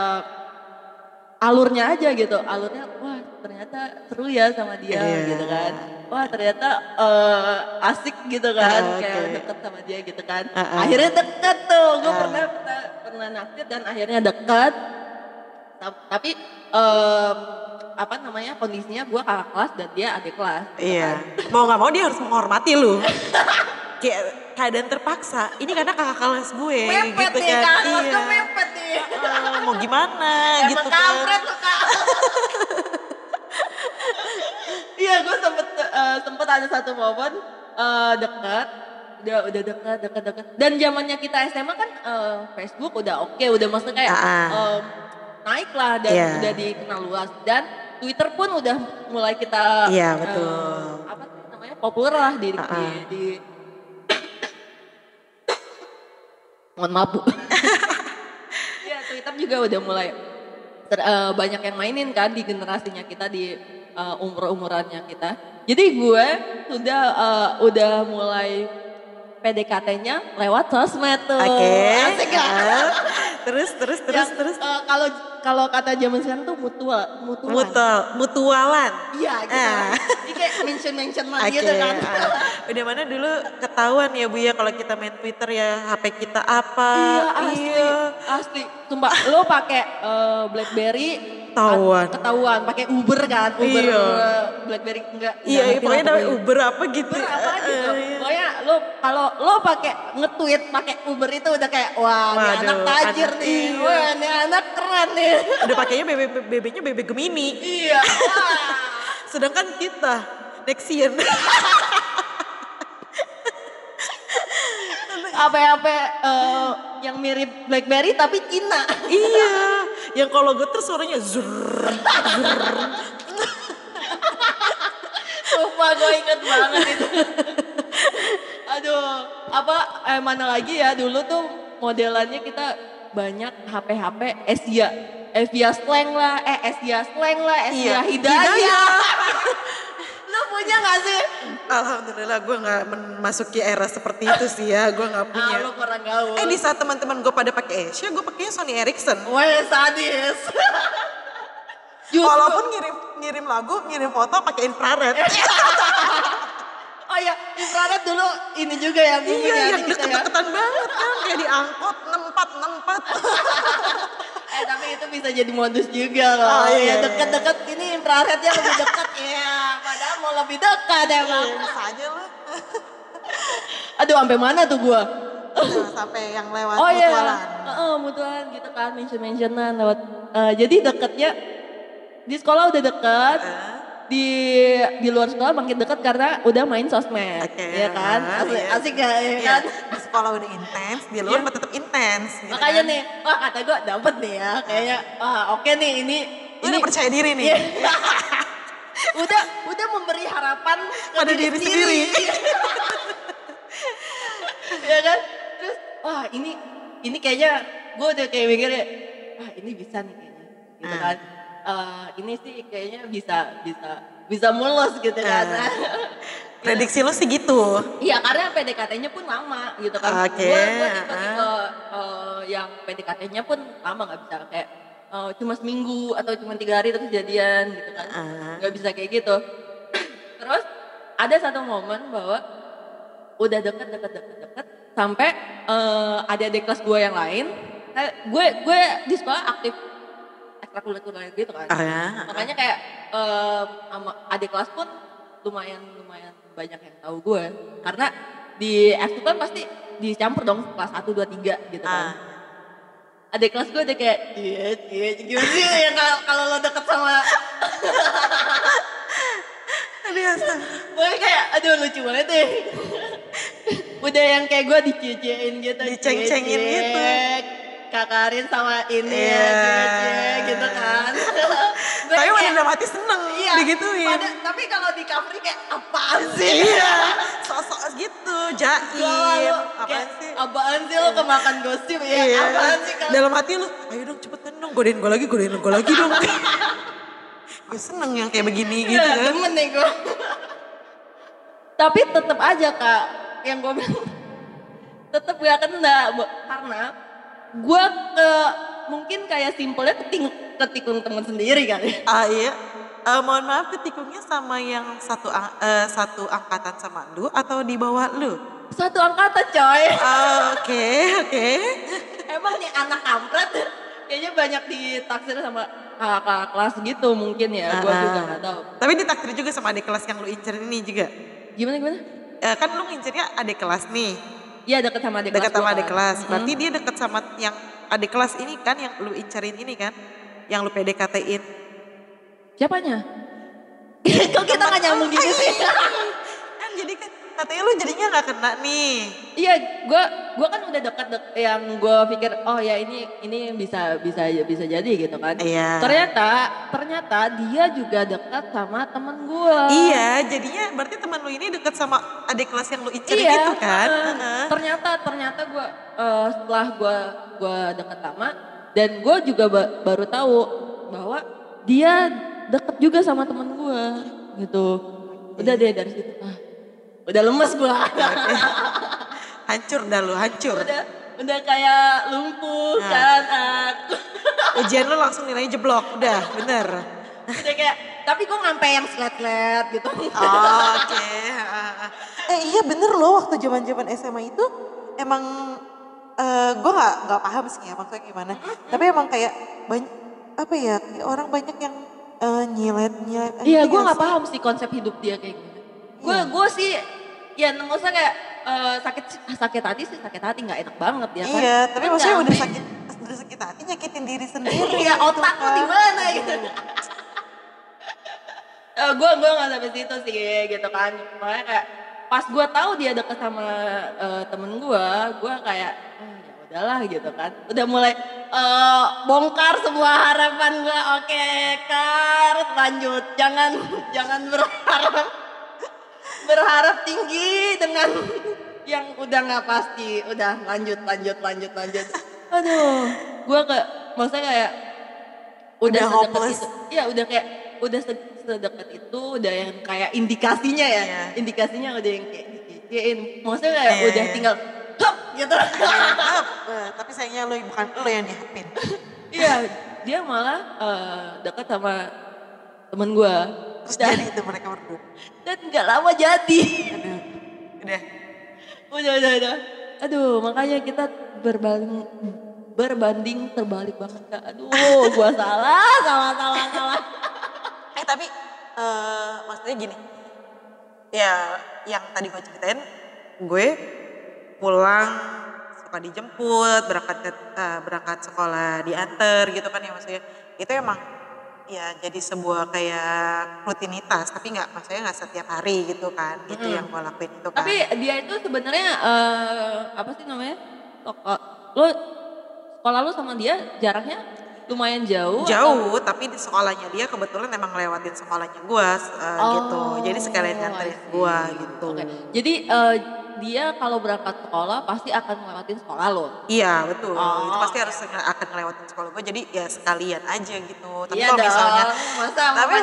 [SPEAKER 1] alurnya aja gitu. Alurnya wah ternyata seru ya sama dia gitu kan. Wah ternyata asik gitu kan. Kayak deket sama dia gitu kan. Akhirnya deket tuh. Gue pernah naksir dan akhirnya deket. Tapi kondisinya gue kakak kelas dan dia adik kelas.
[SPEAKER 2] Iya. Kan? Mau gak mau dia harus menghormati lu. Kayak keadaan terpaksa. Ini karena kakak kelas gue
[SPEAKER 1] mepet
[SPEAKER 2] gitu
[SPEAKER 1] nih,
[SPEAKER 2] kan.
[SPEAKER 1] Kakak kelas gue mepet nih.
[SPEAKER 2] Mau gimana gitu kan.
[SPEAKER 1] Emang kampret lu Kak. Iya gue sempet ada satu momen dekat. Udah dekat. Dan zamannya kita SMA kan Facebook udah oke, udah maksudnya kayak naik lah dan udah dikenal luas. Dan Twitter pun udah mulai kita
[SPEAKER 2] betul.
[SPEAKER 1] Populer lah di mohon maaf Bu. Ya Twitter juga udah mulai banyak yang mainin kan di generasinya kita, di umurannya kita. Jadi gue udah mulai PDKT-nya lewat sosmed tuh. Asik gak?
[SPEAKER 2] Terus.
[SPEAKER 1] Kalau kata zaman sekarang tuh
[SPEAKER 2] mutualan.
[SPEAKER 1] Iya gitu. Ini kayak mention lagi gitu kan.
[SPEAKER 2] Udah mana dulu ketahuan ya Bu ya kalau kita main Twitter ya HP kita apa.
[SPEAKER 1] Iya asli. Sumpah lo pakai BlackBerry ketahuan pakai Uber kan. BlackBerry enggak.
[SPEAKER 2] Iya pokoknya namanya Uber apa gitu.
[SPEAKER 1] Pokoknya lo kalau lo pakai nge-tweet pakai Uber itu udah kayak wah ini anak tajir nih. Wah ini anak keren nih.
[SPEAKER 2] Udah pakainya BB-nya BB Gemini.
[SPEAKER 1] Iya.
[SPEAKER 2] Sedangkan kita Nexian.
[SPEAKER 1] Apa yang mirip BlackBerry tapi Cina.
[SPEAKER 2] Iya. Yang kalau geter suaranya zurr.
[SPEAKER 1] Sumpah gue inget banget itu. Aduh, mana lagi ya dulu tuh modelannya kita banyak HP Asia Slang lah, Asia Hidayah. Lu punya gak sih?
[SPEAKER 2] Alhamdulillah gue gak memasuki era seperti itu sih ya, gue gak punya.
[SPEAKER 1] Lu kurang gaul.
[SPEAKER 2] Di saat teman-teman gue pada pakai Asia, gue pakainya Sony Ericsson.
[SPEAKER 1] Wah sadis.
[SPEAKER 2] Walaupun ngirim lagu, ngirim foto pakai infrared.
[SPEAKER 1] Oh iya, infrared dulu ini juga ya.
[SPEAKER 2] Iya, yang deket-deketan banget kan, kayak diangkut 64.
[SPEAKER 1] Tapi itu bisa jadi modus juga loh. Ya deket-deket ini infrarednya lebih dekat ya. Padahal mau lebih dekat emang.
[SPEAKER 2] Bisa aja lu.
[SPEAKER 1] Aduh, sampai mana tuh gua?
[SPEAKER 2] Sampai yang lewat mutualan.
[SPEAKER 1] Mutualan gitu kan, mention-mentionan lewat. Jadi deketnya di sekolah udah deket, di luar sekolah makin deket karena udah main sosmed, ya kan? Asik gak ya kan?
[SPEAKER 2] Di sekolah udah intens, di luar tetap intens. Gitu
[SPEAKER 1] Makanya
[SPEAKER 2] kan?
[SPEAKER 1] nih, wah kata gue dapet nih ya, kayaknya, oke nih ini.
[SPEAKER 2] Udah percaya diri nih.
[SPEAKER 1] udah memberi harapan
[SPEAKER 2] pada diri sendiri.
[SPEAKER 1] Ya kan? Terus wah ini kayaknya gue udah kayak mikirnya, wah ini bisa nih kayaknya, gitu kan? Ini sih kayaknya bisa mulus gitu kan.
[SPEAKER 2] Prediksi lo sih gitu.
[SPEAKER 1] Iya, karena PDKT-nya pun lama gitu kan. Gue tipe yang PDKT-nya pun lama, nggak bisa kayak cuma seminggu atau cuma 3 hari terus jadian gitu kan. Nggak bisa kayak gitu. Terus ada satu momen bahwa udah deket sampai ada adik kelas gue yang lain. Gue di sekolah aktif ekstrakurikuler gitu kan. Makanya kayak sama adik kelas pun lumayan banyak yang tahu gue. Karena di FT kan pasti dicampur dong kelas 1, 2, 3 gitu kan. Adik kelas gue udah kayak gimana sih ya kalau lo deket sama gue kayak aduh lucu banget deh. Udah yang kayak gue dicie-ciein gitu,
[SPEAKER 2] diceng-cengin gitu,
[SPEAKER 1] kakarin sama ini ya gitu kan.
[SPEAKER 2] Tapi pada dalam hati seneng digituin.
[SPEAKER 1] Tapi kalau di cover kayak apaan sih?
[SPEAKER 2] Iya, sok-sok gitu, jaim.
[SPEAKER 1] Apaan sih lo kemakan gosip ya? Apaan sih?
[SPEAKER 2] Dalam hati lo, ayo dong cepetan dong, godain gue lagi dong. Gue seneng yang kayak begini gitu kan.
[SPEAKER 1] Demen nih gue. Tapi tetep aja Kak, yang gue bilang tetep gak kena karena gue mungkin kayak simpelnya ketikung temen sendiri kali.
[SPEAKER 2] Iya. Mohon maaf, ketikungnya sama yang satu angkatan sama lu atau di bawah lu?
[SPEAKER 1] Satu angkatan coy.
[SPEAKER 2] Oke.
[SPEAKER 1] Emang nih anak kampret kayaknya banyak ditaksir sama kakak kelas gitu mungkin ya. Gue juga gak tahu.
[SPEAKER 2] Tapi ditaksir juga sama adik kelas yang lu incer ini juga?
[SPEAKER 1] Gimana?
[SPEAKER 2] Kan lu ngincernya adik kelas nih.
[SPEAKER 1] Iya deket sama adik kelas.
[SPEAKER 2] Deket sama adik kelas. Berarti dia deket sama yang adik kelas ini kan, yang lu incerin ini kan, yang lu PDKT-in.
[SPEAKER 1] Siapanya? Kok kita gak nyambung gitu sih?
[SPEAKER 2] Kan jadi kan katanya lu jadinya gak kena nih.
[SPEAKER 1] Iya, gue kan udah deket yang gue pikir oh ya ini bisa jadi gitu kan.
[SPEAKER 2] Iya.
[SPEAKER 1] Ternyata dia juga dekat sama temen gue.
[SPEAKER 2] Iya, jadinya berarti teman lu ini dekat sama adik kelas yang lu incerin gitu kan.
[SPEAKER 1] Ternyata gue setelah gue deket sama dan gue juga baru tahu bahwa dia deket juga sama temen gue gitu. Udah deh dari situ. Udah lemes gue.
[SPEAKER 2] Hancur dah lu, hancur.
[SPEAKER 1] Udah kayak lumpuh kan.
[SPEAKER 2] Ujian lu langsung nilainya jeblok, udah bener.
[SPEAKER 1] Udah kayak, tapi gue ngampe yang slet-slet gitu.
[SPEAKER 2] Oke. Iya bener loh, waktu zaman SMA itu emang gue gak paham sih ya maksudnya gimana. Tapi emang kayak banyak, apa ya, kayak orang banyak yang nyilet.
[SPEAKER 1] Iya gue gak paham sih konsep hidup dia kayak gini. Gue sih ya maksudnya kayak sakit hati nggak enak banget ya kan.
[SPEAKER 2] Iya tapi maksudnya udah sakit hati nyakitin diri sendiri.
[SPEAKER 1] Iya otak lo di mana gitu. Gue nggak sampai situ sih gitu kan. Makanya kayak pas gue tahu dia deket sama temen gue kayak ya udahlah gitu kan. Udah mulai bongkar semua harapan gue. Oke, lanjut. Jangan berharap tinggi dengan yang udah nggak pasti. Udah lanjut. Aduh, gue maksudnya kayak udah sedekat itu. Iya, udah sedekat itu, udah yang kayak indikasinya ya. Yeah. Indikasinya udah yang kayak dikecewain. Maksudnya kayak udah tinggal hop gitu.
[SPEAKER 2] Tapi sayangnya bukan lo yang dihapin.
[SPEAKER 1] Iya, dia malah dekat sama temen gue.
[SPEAKER 2] Terus jadi itu mereka berdua.
[SPEAKER 1] Dan gak lama jadi.
[SPEAKER 2] Udah.
[SPEAKER 1] Aduh, makanya kita berbanding terbalik banget Kak. Aduh, gue salah.
[SPEAKER 2] Tapi maksudnya gini. Ya, yang tadi gue ceritain, gue pulang suka dijemput, berangkat sekolah diantar gitu kan ya, maksudnya itu emang ya jadi sebuah kayak rutinitas, tapi maksudnya nggak setiap hari gitu kan, itu yang gue lakuin itu kan.
[SPEAKER 1] Tapi dia itu sebenarnya apa sih namanya, lo sekolah lu sama dia jaraknya lumayan jauh atau?
[SPEAKER 2] Tapi di sekolahnya dia kebetulan emang ngelewatin sekolahnya gue gitu, jadi sekalian nganterin gue gitu.
[SPEAKER 1] Okay. Jadi dia kalau berangkat sekolah pasti akan ngelewatin sekolah lo?
[SPEAKER 2] Iya betul, itu pasti harus akan ngelewatin sekolah gue, jadi ya sekalian aja gitu. Tapi
[SPEAKER 1] Iya
[SPEAKER 2] kalau misalnya
[SPEAKER 1] masa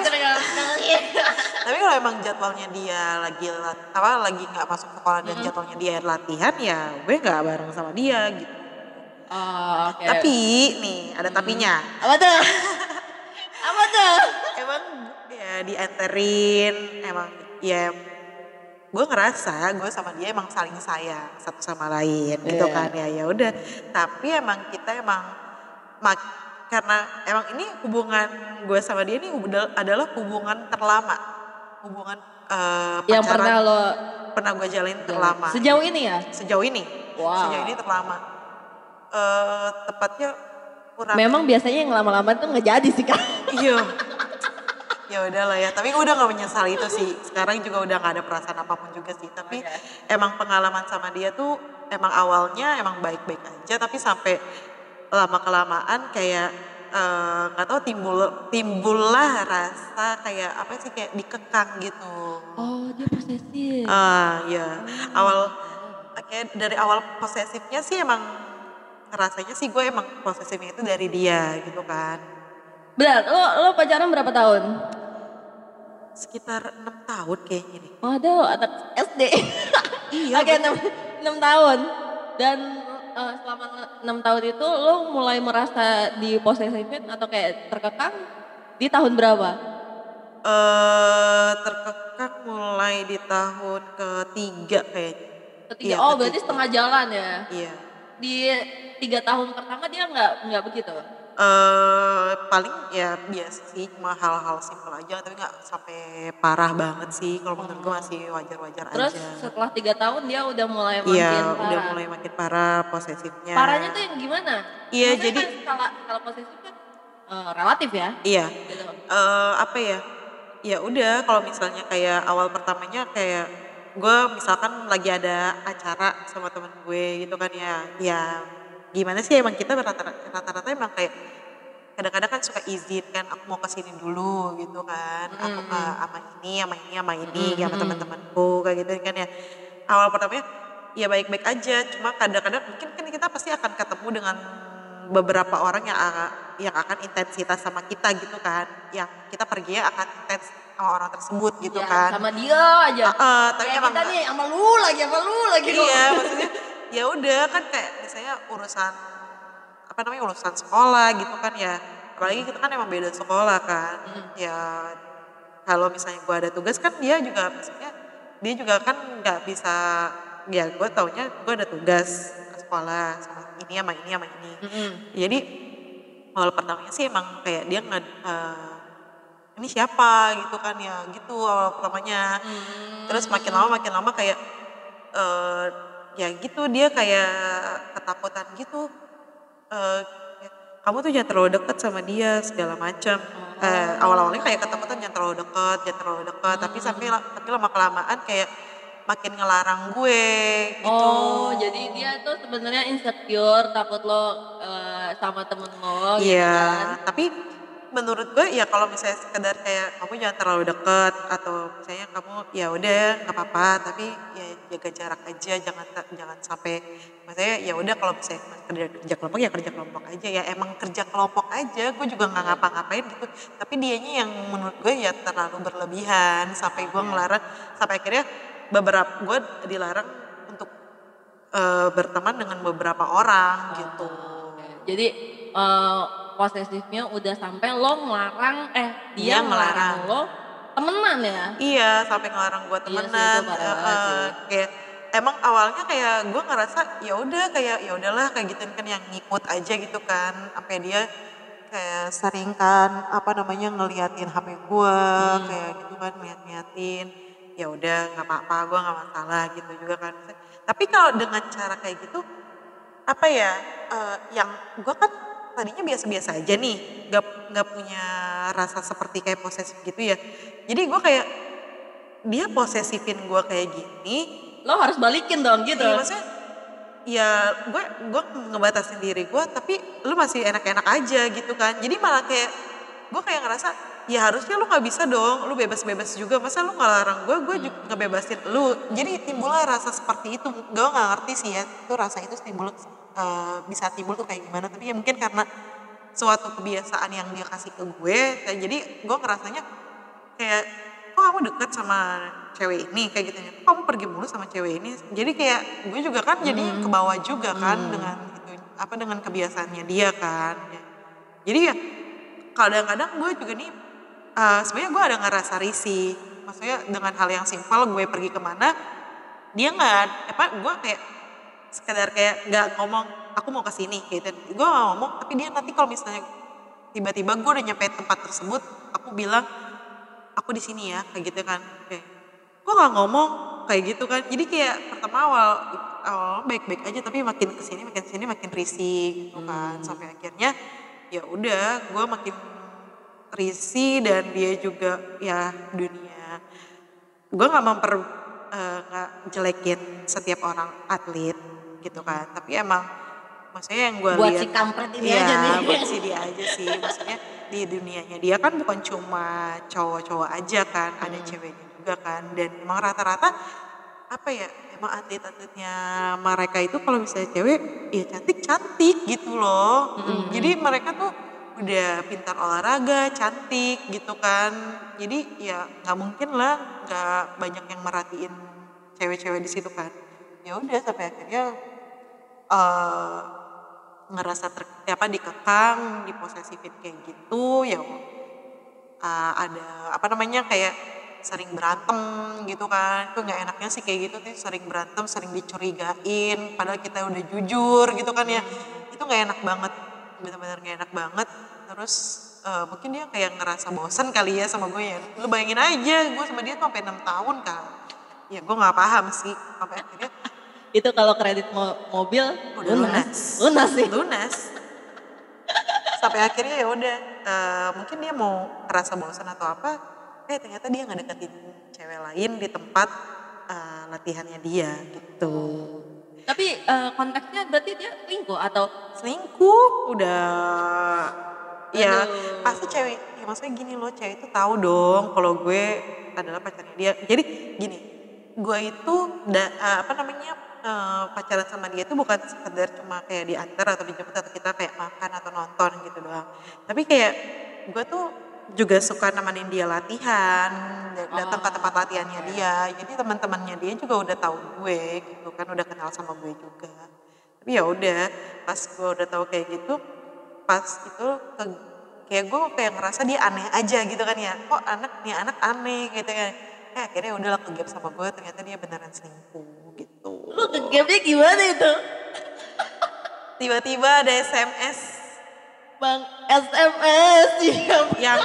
[SPEAKER 2] tapi kalau emang jadwalnya dia lagi nggak masuk sekolah dan jadwalnya dia latihan, ya gue nggak bareng sama dia gitu.
[SPEAKER 1] Okay.
[SPEAKER 2] Tapi nih ada tapinya.
[SPEAKER 1] Apa tuh? Apa tuh?
[SPEAKER 2] Emang ya dianterin, emang ya gue ngerasa gue sama dia emang saling sayang satu sama lain gitu kan ya udah. Tapi emang kita karena emang ini hubungan gue sama dia ini adalah hubungan terlama, hubungan
[SPEAKER 1] yang
[SPEAKER 2] pacaran pernah gue jalin terlama.
[SPEAKER 1] Sejauh ini ya?
[SPEAKER 2] Sejauh ini terlama. Tepatnya
[SPEAKER 1] memang biasanya yang lama-lama tuh nggak jadi sih Kak.
[SPEAKER 2] Iya. Ya udahlah ya, tapi gue udah gak menyesal itu sih. Sekarang juga udah gak ada perasaan apapun juga sih. Tapi emang pengalaman sama dia tuh emang awalnya emang baik-baik aja, tapi sampai lama-kelamaan kayak gak tahu timbullah rasa kayak apa sih, kayak dikekang gitu.
[SPEAKER 1] Oh, dia posesif.
[SPEAKER 2] Ya. Kayak dari awal posesifnya sih emang rasanya sih gue emang posesifnya itu dari dia gitu kan.
[SPEAKER 1] Benar, lo pacaran berapa tahun?
[SPEAKER 2] Sekitar 6 tahun kayaknya nih.
[SPEAKER 1] Waduh, anak SD.
[SPEAKER 2] Iya.
[SPEAKER 1] Oke, 6 tahun. Dan selama 6 tahun itu lo mulai merasa diposesifin atau kayak terkekang di tahun berapa?
[SPEAKER 2] Terkekang mulai di tahun ketiga kayaknya.
[SPEAKER 1] Ketiga, iya, berarti setengah jalan ya?
[SPEAKER 2] Iya.
[SPEAKER 1] Di 3 tahun pertama dia nggak begitu?
[SPEAKER 2] Paling ya biasa sih, cuma hal-hal simpel aja, tapi nggak sampai parah banget sih. Kalau menurut gue masih wajar-wajar aja.
[SPEAKER 1] Terus setelah 3 tahun dia udah mulai makin parah?
[SPEAKER 2] Udah mulai makin parah posesifnya.
[SPEAKER 1] Parahnya tuh yang gimana?
[SPEAKER 2] Iya,
[SPEAKER 1] maksudnya
[SPEAKER 2] jadi
[SPEAKER 1] kan kalau posesif kan relatif ya?
[SPEAKER 2] Iya.
[SPEAKER 1] Gitu.
[SPEAKER 2] Apa ya? Ya udah, kalau misalnya kayak awal pertamanya kayak gue misalkan lagi ada acara sama temen gue gitu kan ya gimana sih, emang kita rata-rata emang kayak kadang-kadang kan suka izin kan, aku mau kesini dulu gitu kan, aku sama ini sama teman-temanku kayak gitu kan ya. Awal pertamanya ya baik-baik aja, cuma kadang-kadang mungkin kan kita pasti akan ketemu dengan beberapa orang yang akan intensitas sama kita gitu kan, yang kita perginya akan intens sama orang tersebut gitu
[SPEAKER 1] ya,
[SPEAKER 2] kan.
[SPEAKER 1] Sama dia aja.
[SPEAKER 2] Tapi emang
[SPEAKER 1] kita nih sama lu lagi.
[SPEAKER 2] Iya, maksudnya ya udah kan kayak misalnya urusan sekolah gitu kan ya. Apalagi kita kan emang beda sekolah kan. Ya kalau misalnya gue ada tugas kan dia juga kan nggak bisa, ya gue taunya gue ada tugas sekolah sama ini. Jadi awal pertamanya sih emang kayak dia ini siapa gitu kan ya, gitu awal pertamanya. Terus makin lama kayak ya gitu, dia kayak ketakutan gitu, kamu tuh jangan terlalu deket sama dia segala macam. Awal-awalnya kayak ketakutan jangan terlalu deket, tapi lama-kelamaan kayak makin ngelarang gue gitu.
[SPEAKER 1] Oh, jadi dia tuh sebenarnya insecure, takut lo sama temen lo gitu kan.
[SPEAKER 2] Tapi menurut gue ya kalau misalnya sekedar kayak kamu jangan terlalu deket, atau misalnya kamu ya udah nggak apa-apa, tapi ya jaga jarak aja, jangan sampai, maksudnya ya udah kalau misalnya kerja kelompok ya kerja kelompok aja, ya emang kerja kelompok aja, gue juga nggak ngapa-ngapain gitu. Tapi dianya yang menurut gue ya terlalu berlebihan, sampai gue ngelarang, sampai akhirnya gue dilarang untuk berteman dengan beberapa orang gitu.
[SPEAKER 1] Jadi posesifnya udah sampai lo ngelarang, dia ngelarang lo temenan ya?
[SPEAKER 2] Iya, sampai ngelarang gue temenan. Kayak emang awalnya kayak gue ngerasa ya udahlah kayak gitu kan, yang ngikut aja gitu kan. Sampai dia kayak sering kan ngeliatin HP gue, kayak gitu kan, ngeliatin. Ya udah nggak apa-apa, gue nggak masalah gitu juga kan. Tapi kalau dengan cara kayak gitu apa ya, yang gue kan tadinya biasa-biasa aja nih, nggak punya rasa seperti kayak posesif gitu ya. Jadi gue kayak dia posesifin gue kayak gini,
[SPEAKER 1] lo harus balikin dong gitu.
[SPEAKER 2] iya maksudnya ya gue ngebatasin diri gue, tapi lu masih enak-enak aja gitu kan. Jadi malah kayak gue kayak ngerasa ya harusnya lu nggak bisa dong, lu bebas-bebas juga, masa lu ngelarang gue juga ngebebasin lu. Jadi timbullah rasa seperti itu. Gue nggak ngerti sih ya itu rasa itu timbul bisa timbul tuh kayak gimana, tapi ya mungkin karena suatu kebiasaan yang dia kasih ke gue, jadi gue ngerasanya kayak kok kamu deket sama cewek ini kayak gitu ya, kok kamu pergi mulu sama cewek ini. Jadi kayak gue juga kan jadi ke bawah juga kan dengan itu apa, dengan kebiasaannya dia kan. Jadi ya kadang-kadang gue juga nih sebenarnya gue ada ngerasa risih, maksudnya dengan hal yang simpel, gue pergi kemana dia nggak apa, gue kayak sekedar kayak nggak ngomong aku mau ke sini gitu, gue nggak ngomong, tapi dia nanti kalau misalnya tiba-tiba gue udah nyampe tempat tersebut, aku bilang aku di sini ya kayak gitu kan, kayak gue nggak ngomong kayak gitu kan. Jadi kayak pertama awal baik-baik aja, tapi makin kesini makin risih gitu kan, sampai akhirnya ya udah gue makin risih. Dan dia juga ya dunia, gue nggak jelekin setiap orang atlet gitu kan, tapi emang maksudnya yang gue lihat
[SPEAKER 1] buat si kampret ini aja nih.
[SPEAKER 2] buat si dia aja sih, maksudnya di dunianya dia kan bukan cuma cowok-cowok aja kan, ada ceweknya juga kan. Dan emang rata-rata apa ya, emang atlet-atletnya mereka itu kalau misalnya cewek ya cantik-cantik gitu loh. Jadi mereka tuh udah pintar olahraga, cantik gitu kan. Jadi ya nggak mungkin lah nggak banyak yang merhatiin cewek-cewek di situ kan. Ya udah sampai akhirnya ngerasa dikekang, diposesifin kayak gitu ya. Ada apa namanya kayak sering berantem gitu kan. Itu nggak enaknya sih kayak gitu tuh, sering berantem, sering dicurigain padahal kita udah jujur gitu kan ya. Itu nggak enak banget, benar-benar nggak enak banget. Terus mungkin dia kayak ngerasa bosan kali ya sama gue ya. Lu bayangin aja gue sama dia tuh sampai 6 tahun kan. Ya gue nggak paham sih sampai akhirnya
[SPEAKER 1] Itu kalau kredit mobil
[SPEAKER 2] udah
[SPEAKER 1] lunas sih.
[SPEAKER 2] Sampai akhirnya ya udah mungkin dia mau ngerasa bosan atau apa, ternyata dia ngedeketin cewek lain di tempat latihannya dia gitu.
[SPEAKER 1] Tapi konteksnya berarti dia selingkuh atau?
[SPEAKER 2] Selingkuh udah. Ya
[SPEAKER 1] Aduh.
[SPEAKER 2] pasti cewek, ya maksudnya gini loh, cewek itu tahu dong kalau gue adalah pacarnya dia. Jadi gini, gue itu pacaran sama dia itu bukan sekedar cuma kayak diantar atau dijemput atau kita kayak makan atau nonton gitu doang. Tapi kayak gue tuh juga suka nemenin dia latihan, datang ke tempat latihannya dia. Jadi teman-temannya dia juga udah tahu gue gitu kan, udah kenal sama gue juga. Tapi ya udah, pas gue udah tahu kayak gitu, pas itu kayak gue kayak ngerasa dia aneh aja gitu kan ya. Kok anak aneh gitu kan. Akhirnya udahlah kegap sama gue, ternyata dia beneran selingkuh gitu.
[SPEAKER 1] Lu kegapnya gimana itu?
[SPEAKER 2] Tiba-tiba ada SMS.
[SPEAKER 1] Bang, SMS
[SPEAKER 2] yang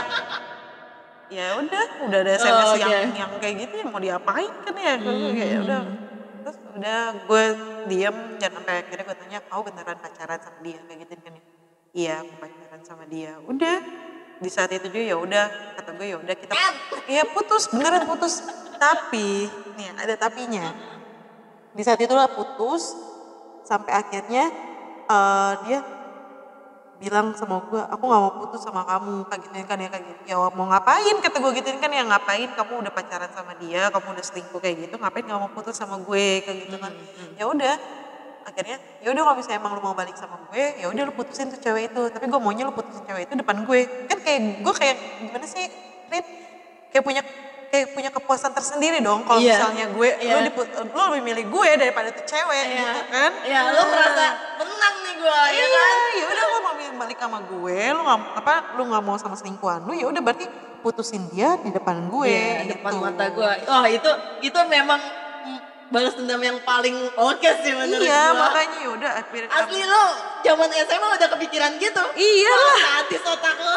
[SPEAKER 2] ya udah ada SMS yang kayak gitu ya, mau diapain kan ya. Kayak udah. Terus udah gue diem, dan sampai akhirnya gue tanya, kau beneran pacaran sama dia kayak gitu kan ya? Iya, aku pacaran sama dia. Udah. Di saat itu juga ya udah, kata gue ya udah kita putus, beneran putus. Tapi nih ada tapinya. Di saat itulah putus, sampai akhirnya dia bilang sama gue, aku nggak mau putus sama kamu kayak gituin kan ya, kayak gitu. Ya mau ngapain, kata gue gituin kan ya, ngapain kamu udah pacaran sama dia, kamu udah selingkuh kayak gitu, ngapain nggak mau putus sama gue kayak gitu kan. Ya udah, akhirnya ya udah kalau misalnya emang lu mau balik sama gue, ya udah lu putusin tuh cewek itu. Tapi gue maunya lu putusin cewek itu depan gue. Kan kayak gue kayak gimana sih, Rit? Kayak punya kepuasan tersendiri dong kalau misalnya gue lu lebih milih gue daripada tuh cewek gitu kan.
[SPEAKER 1] Iya, lu merasa menang nih gue ya kan.
[SPEAKER 2] Ya udah, lu mau balik sama gue, lu nggak mau sama selingkuhan lu, ya udah berarti putusin dia di depan gue
[SPEAKER 1] di depan mata gue. Oh, itu memang balas dendam yang paling oke sih menurut gue.
[SPEAKER 2] Iya, makanya yaudah
[SPEAKER 1] asli lo zaman SMA udah kepikiran gitu.
[SPEAKER 2] Iya lah,
[SPEAKER 1] hati otak lo.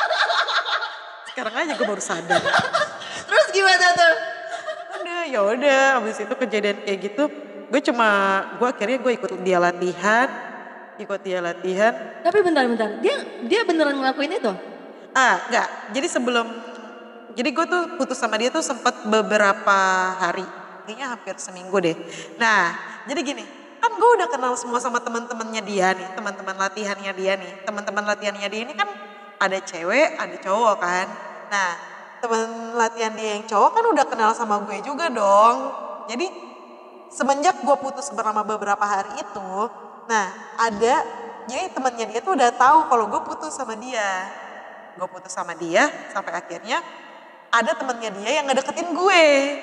[SPEAKER 2] sekarang aja gue baru sadar.
[SPEAKER 1] Terus gimana tuh?
[SPEAKER 2] Ya udah, abis itu kejadian kayak gitu, gue akhirnya gue ikut dia latihan.
[SPEAKER 1] Tapi bentar, dia beneran ngelakuin itu?
[SPEAKER 2] Enggak, jadi gue tuh putus sama dia tuh sempat beberapa hari, kayaknya hampir seminggu deh. Nah, jadi gini, kan gue udah kenal semua sama teman-temannya dia nih, teman-teman latihannya dia ini kan ada cewek, ada cowok kan. Nah, teman latihan dia yang cowok kan udah kenal sama gue juga dong. Jadi semenjak gue putus beberapa hari itu, nah jadi temannya dia tuh udah tahu kalau gue putus sama dia. Sampai akhirnya ada temennya dia yang ngedeketin gue.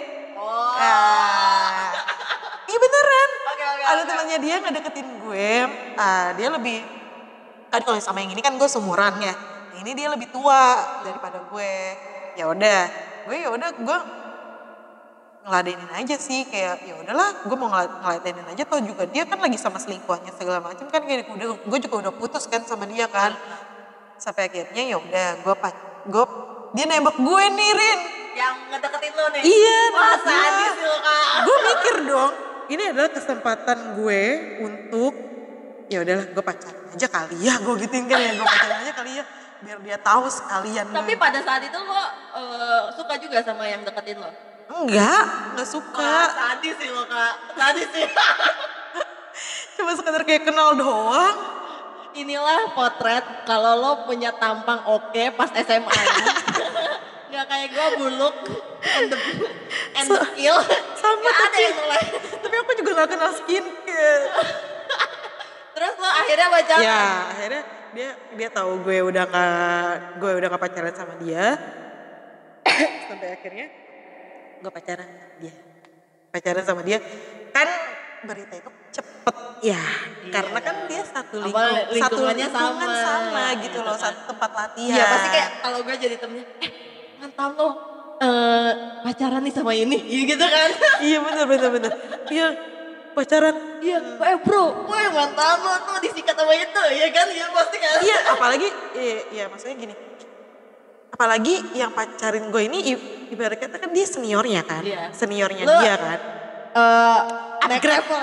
[SPEAKER 2] Iya beneran. Ada temennya dia ngedeketin gue. Dia lebih, kan kalau sama yang ini kan gue seumuran ya. Yang ini dia lebih tua daripada gue. Ya udah gue ngeladenin aja sih, kayak ya udahlah gue mau ngeladenin aja. Toh juga dia kan lagi sama selingkuhannya segala macam kan, kayak gue juga udah putus kan sama dia kan. Sampai akhirnya ya udah dia nembak gue nih, Rin.
[SPEAKER 1] Yang ngedeketin lo nih?
[SPEAKER 2] Iya.
[SPEAKER 1] Wah sadis lo Kak.
[SPEAKER 2] Gue mikir dong, ini adalah kesempatan gue untuk ya udahlah gue pacaran aja kali ya, gue gituin kan ya, gue pacaran aja kali ya biar dia tahu sekalian.
[SPEAKER 1] Tapi pada saat itu lo suka juga sama yang deketin lo?
[SPEAKER 2] Enggak suka.
[SPEAKER 1] Sadis sih lo Kak, sadis sih.
[SPEAKER 2] Cuma sekedar kayak kenal doang.
[SPEAKER 1] Inilah potret kalau lo punya tampang oke pas SMA ya. Gak kayak gue buluk and the skill.
[SPEAKER 2] Sama
[SPEAKER 1] gak ada yang mulai.
[SPEAKER 2] Tapi aku juga gak kenal skincare.
[SPEAKER 1] Terus lo akhirnya pacaran?
[SPEAKER 2] Ya akhirnya dia tahu gue udah gak pacaran sama dia. Sampai akhirnya gue pacaran sama dia. Kan berita itu cepet ya, karena kan dia satu lingkungan sama gitu loh, satu tempat latihan.
[SPEAKER 1] Iya pasti kayak kalau gue jadi temennya, mantan lo pacaran nih sama ini, gitu kan?
[SPEAKER 2] Iya bener. Iya pacaran.
[SPEAKER 1] Iya, bro, mantan lo tuh disikat sama itu, ya kan? Iya pasti kan?
[SPEAKER 2] Iya, apalagi, iya maksudnya gini. Apalagi yang pacarin gue ini ibaratnya kan dia seniornya kan, seniornya lo, dia kan.
[SPEAKER 1] Naik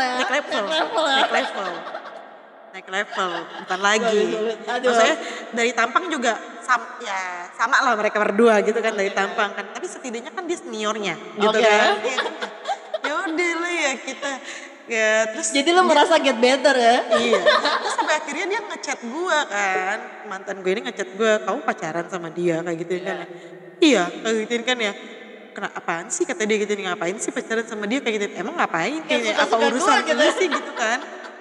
[SPEAKER 2] level, bukan lagi. Maksudnya dari tampang juga sama lah mereka berdua gitu kan, dari tampang kan. Tapi setidaknya kan dia seniornya gitu kan. Ya udah lah ya kita. Ya, terus
[SPEAKER 1] jadi lo merasa get better ya?
[SPEAKER 2] Iya. Terus sampai akhirnya dia ngechat gue kan, mantan gue ini ngechat gue, kamu pacaran sama dia kayak gitu kan? Iya, kayak gitu kan ya. Apaan sih kata dia gitu, ngapain sih pacaran sama dia kayak gitu, emang ngapain kayaknya apa urusan gitu sih gitu kan.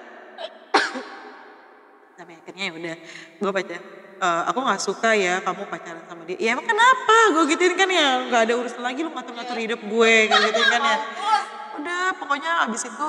[SPEAKER 2] Sampai akhirnya ya udah gue aku gak suka ya kamu pacaran sama dia. Ya emang kenapa, gue gituin kan ya, gak ada urusan lagi lu ngatur-ngatur hidup gue kayak gitu kan ya. Udah pokoknya abis itu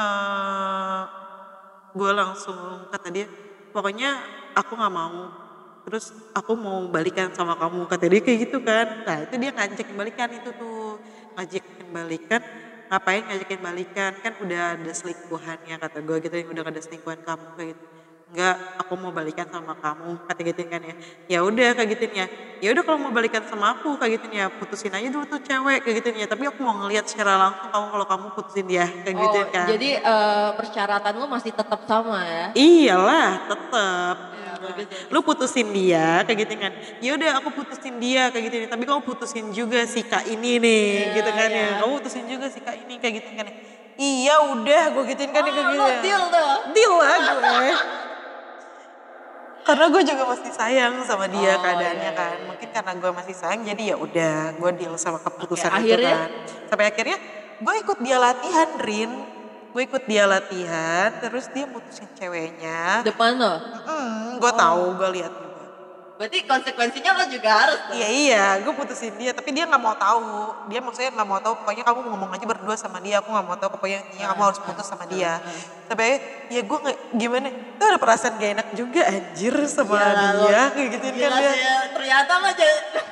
[SPEAKER 2] gue langsung kata dia, pokoknya aku gak mau, terus aku mau balikan sama kamu, kata dia kayak gitu kan. Nah itu dia ngajakin balikan itu tuh, ngapain ngajakin balikan, kan udah ada selingkuhannya kata gue gitu, udah ada selingkuhan kamu kayak gitu. Enggak, aku mau balikan sama kamu, kata gitu kan ya. Ya udah kayak gitu ya. Ya udah kalau mau balikan sama aku kayak gitu ya, putusin aja dulu tuh cewek kayak gitu ya. Tapi aku mau ngelihat secara langsung kamu kalau kamu putusin dia kayak gitu kan.
[SPEAKER 1] Jadi persyaratan lu masih tetap sama ya?
[SPEAKER 2] Iyalah, tetap. Lu putusin dia kayak gitu kan. Ya udah aku putusin dia kayak gitu nih. Tapi kamu putusin juga si Kak ini nih, gitu kan ya. Kamu putusin juga si Kak ini kayak gitu kan. Iya udah gue gituin kan kayak gitu. Deal lah gue. Karena gue juga masih sayang sama dia keadaannya kan. Mungkin karena gue masih sayang jadi ya udah gue deal sama keputusan itu kan. Sampai akhirnya gue ikut dia latihan, Rin. Gue ikut dia latihan terus dia mutusin ceweknya.
[SPEAKER 1] Depan lo?
[SPEAKER 2] Gue tahu, gue lihat juga.
[SPEAKER 1] Berarti konsekuensinya lo juga harus tuh.
[SPEAKER 2] Iya, gue putusin dia tapi dia gak mau tahu. Dia maksudnya gak mau tahu, pokoknya kamu ngomong aja berdua sama dia. Aku gak mau tahu, pokoknya kamu harus putus sama dia. Tapi ya gue gak, gimana, itu ada perasaan gak enak juga anjir sama dia. Kayak gitu kan dia.
[SPEAKER 1] Ternyata lo jadi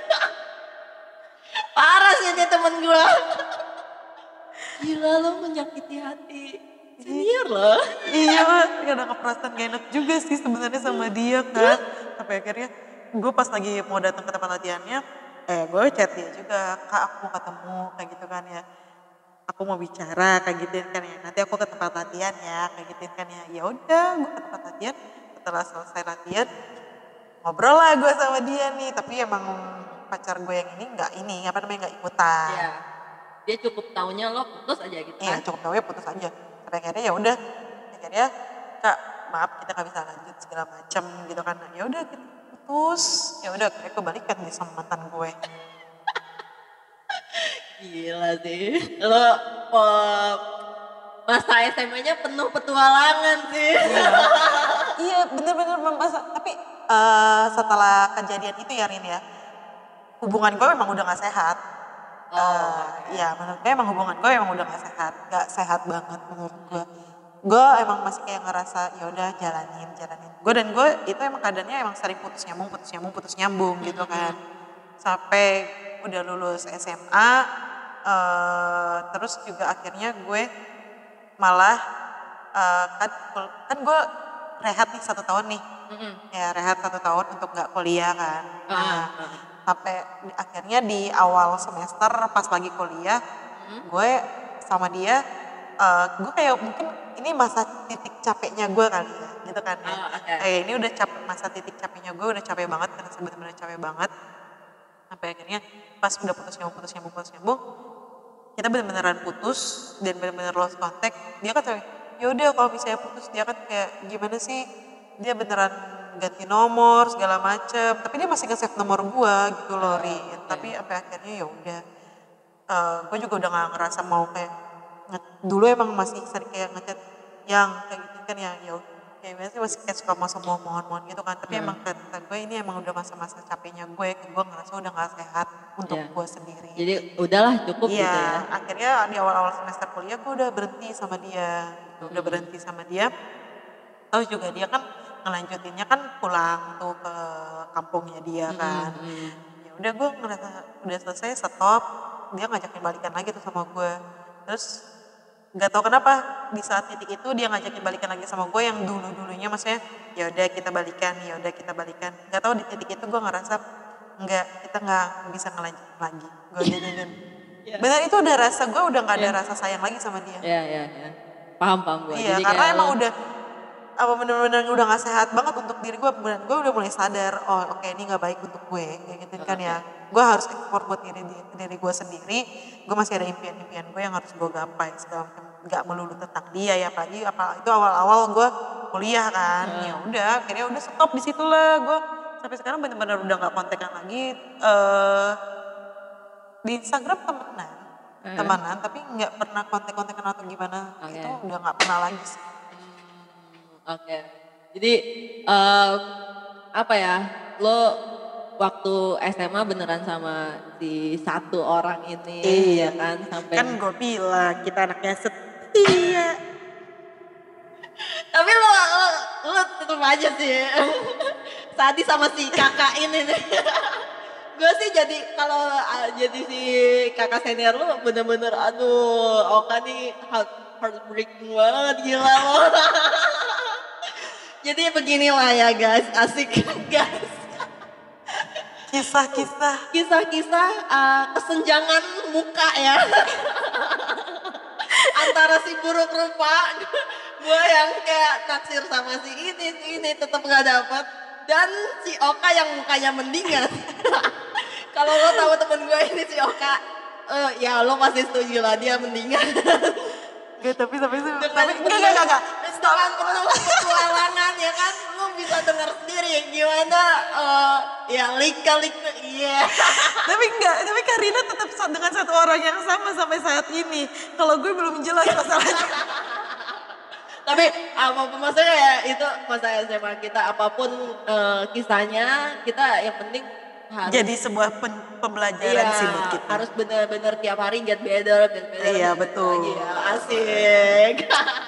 [SPEAKER 1] parah sih dia temen gue. Gila lo menyakiti hati senior lo.
[SPEAKER 2] Iya, ada perasaan gak enak juga sih sebenarnya sama dia kan. Sampai akhirnya gue pas lagi mau datang ke tempat latihannya, gue chat dia juga, Kak aku mau ketemu kayak gitu kan ya. aku mau bicara kayak gitu kan ya, nanti aku ke tempat latihan ya kayak gitu kan ya. Ya udah gue ke tempat latihan, setelah selesai latihan ngobrol lah gue sama dia nih, tapi emang pacar gue yang ini nggak ikutan.
[SPEAKER 1] Iya. Dia cukup taunya lo putus aja gitu
[SPEAKER 2] Iya,
[SPEAKER 1] kan.
[SPEAKER 2] cukup taunya putus aja. Sampai akhirnya ya udah, akhirnya Kak, maaf kita nggak bisa lanjut segala macam gitu kan. Ya udah kita putus. Ya udah akhirnya gue balikan nih sama mantan gue.
[SPEAKER 1] Gila sih. Lo masa SMA-nya penuh petualangan sih.
[SPEAKER 2] Iya, bener-bener masa. Tapi setelah kejadian itu ya Rin ya, hubungan gue memang udah gak sehat. Iya, menurut gue emang hubungan gue emang udah gak sehat banget menurut gue. Gue emang masih kayak ngerasa ya udah jalanin. Gue itu emang keadaannya emang sering putus nyambung gitu kan. Sampai udah lulus SMA, terus juga akhirnya gue malah kan gue rehat nih 1 tahun nih. Ya rehat 1 tahun untuk gak kuliah kan. Sampai akhirnya di awal semester pas lagi kuliah, gue sama dia, gue kayak mungkin ini masa titik capeknya gue kali ya, gitu kan ya. Ini udah masa titik capeknya gue, udah capek banget, karena bener-bener capek banget. Sampai akhirnya pas udah putus nyambung, kita bener-beneran putus dan bener-bener lost contact. Dia kan kayak, yaudah kalau misalnya putus, dia kan kayak gimana sih, dia beneran ganti nomor segala macem, tapi dia masih nge-save nomor gue gitu loh Rin. Tapi sampai akhirnya ya udah, gue juga udah gak ngerasa mau kayak dulu emang masih sering kayak ngechat yang kayak gitu kan ya kayak biasanya masih kayak suka masa mohon gitu kan, tapi emang kata gue ini emang udah masa-masa capeknya gue ngerasa udah gak sehat untuk gue sendiri.
[SPEAKER 1] Jadi udahlah cukup gitu ya.
[SPEAKER 2] Akhirnya di awal-awal semester kuliah gue udah berhenti sama dia, terus juga dia kan ngelanjutinnya kan pulang tuh ke kampungnya dia kan. Ya udah gue ngerasa udah selesai, stop, dia ngajakin balikan lagi tuh sama gue. Terus nggak tahu kenapa di saat titik itu dia ngajakin balikan lagi sama gue yang dulunya maksudnya ya udah kita balikan. Nggak tahu di titik itu gue ngerasa kita nggak bisa ngelanjutin lagi. Gue jadiin. Benar itu udah rasa gue udah nggak ada rasa sayang lagi sama dia.
[SPEAKER 1] Iya. Paham gue.
[SPEAKER 2] Iya,
[SPEAKER 1] jadi
[SPEAKER 2] karena emang udah bener-bener udah gak sehat banget untuk diri gue. Gue udah mulai sadar, oke, ini gak baik untuk gue kayak gitu kan ya. Gue harus ekspor buat diri gue sendiri. Gue masih ada impian-impian gue yang harus gue gapai segala macam, gak melulu tentang dia ya. Apalagi itu awal-awal gue kuliah kan. Ya udah akhirnya udah stop di situ lah. Gue sampai sekarang bener-bener udah gak kontekan lagi. Di Instagram temenan tapi gak pernah kontek-kontekan atau gimana. Itu udah gak pernah lagi sih.
[SPEAKER 1] Oke. Jadi apa ya, lo waktu SMA beneran sama si satu orang ini ya kan, sampai
[SPEAKER 2] kan gue bilang kita anaknya setia.
[SPEAKER 1] Tapi lo tetep aja sih sadis sama si kakak ini nih. Gue sih jadi kalau jadi si kakak senior lo bener-bener aduh, Oka nih heartbreaking banget, gila lo. Jadi beginilah ya guys, asik guys.
[SPEAKER 2] Kisah-kisah
[SPEAKER 1] kesenjangan muka ya. Antara si buruk rupa, gue yang kayak naksir sama si ini tetap nggak dapet, dan si Oka yang mukanya mendingan. Kalau lo tahu temen gue ini si Oka, ya lo pasti setuju lah dia mendingan.
[SPEAKER 2] Tapi enggak.
[SPEAKER 1] Dengan penuh petualangan ya kan, lu bisa dengar sendiri gimana ya lika-liku iya.
[SPEAKER 2] Tapi Karina tetap dengan satu orang yang sama sampai saat ini. Kalau gue belum jelas masalahnya.
[SPEAKER 1] Tapi maksudnya ya itu masa SMA kita, apapun kisahnya, kita yang penting harus
[SPEAKER 2] jadi sebuah pembelajaran sih buat kita.
[SPEAKER 1] Harus benar-benar tiap hari get better.
[SPEAKER 2] Iya betul.
[SPEAKER 1] Lagi ya, asik.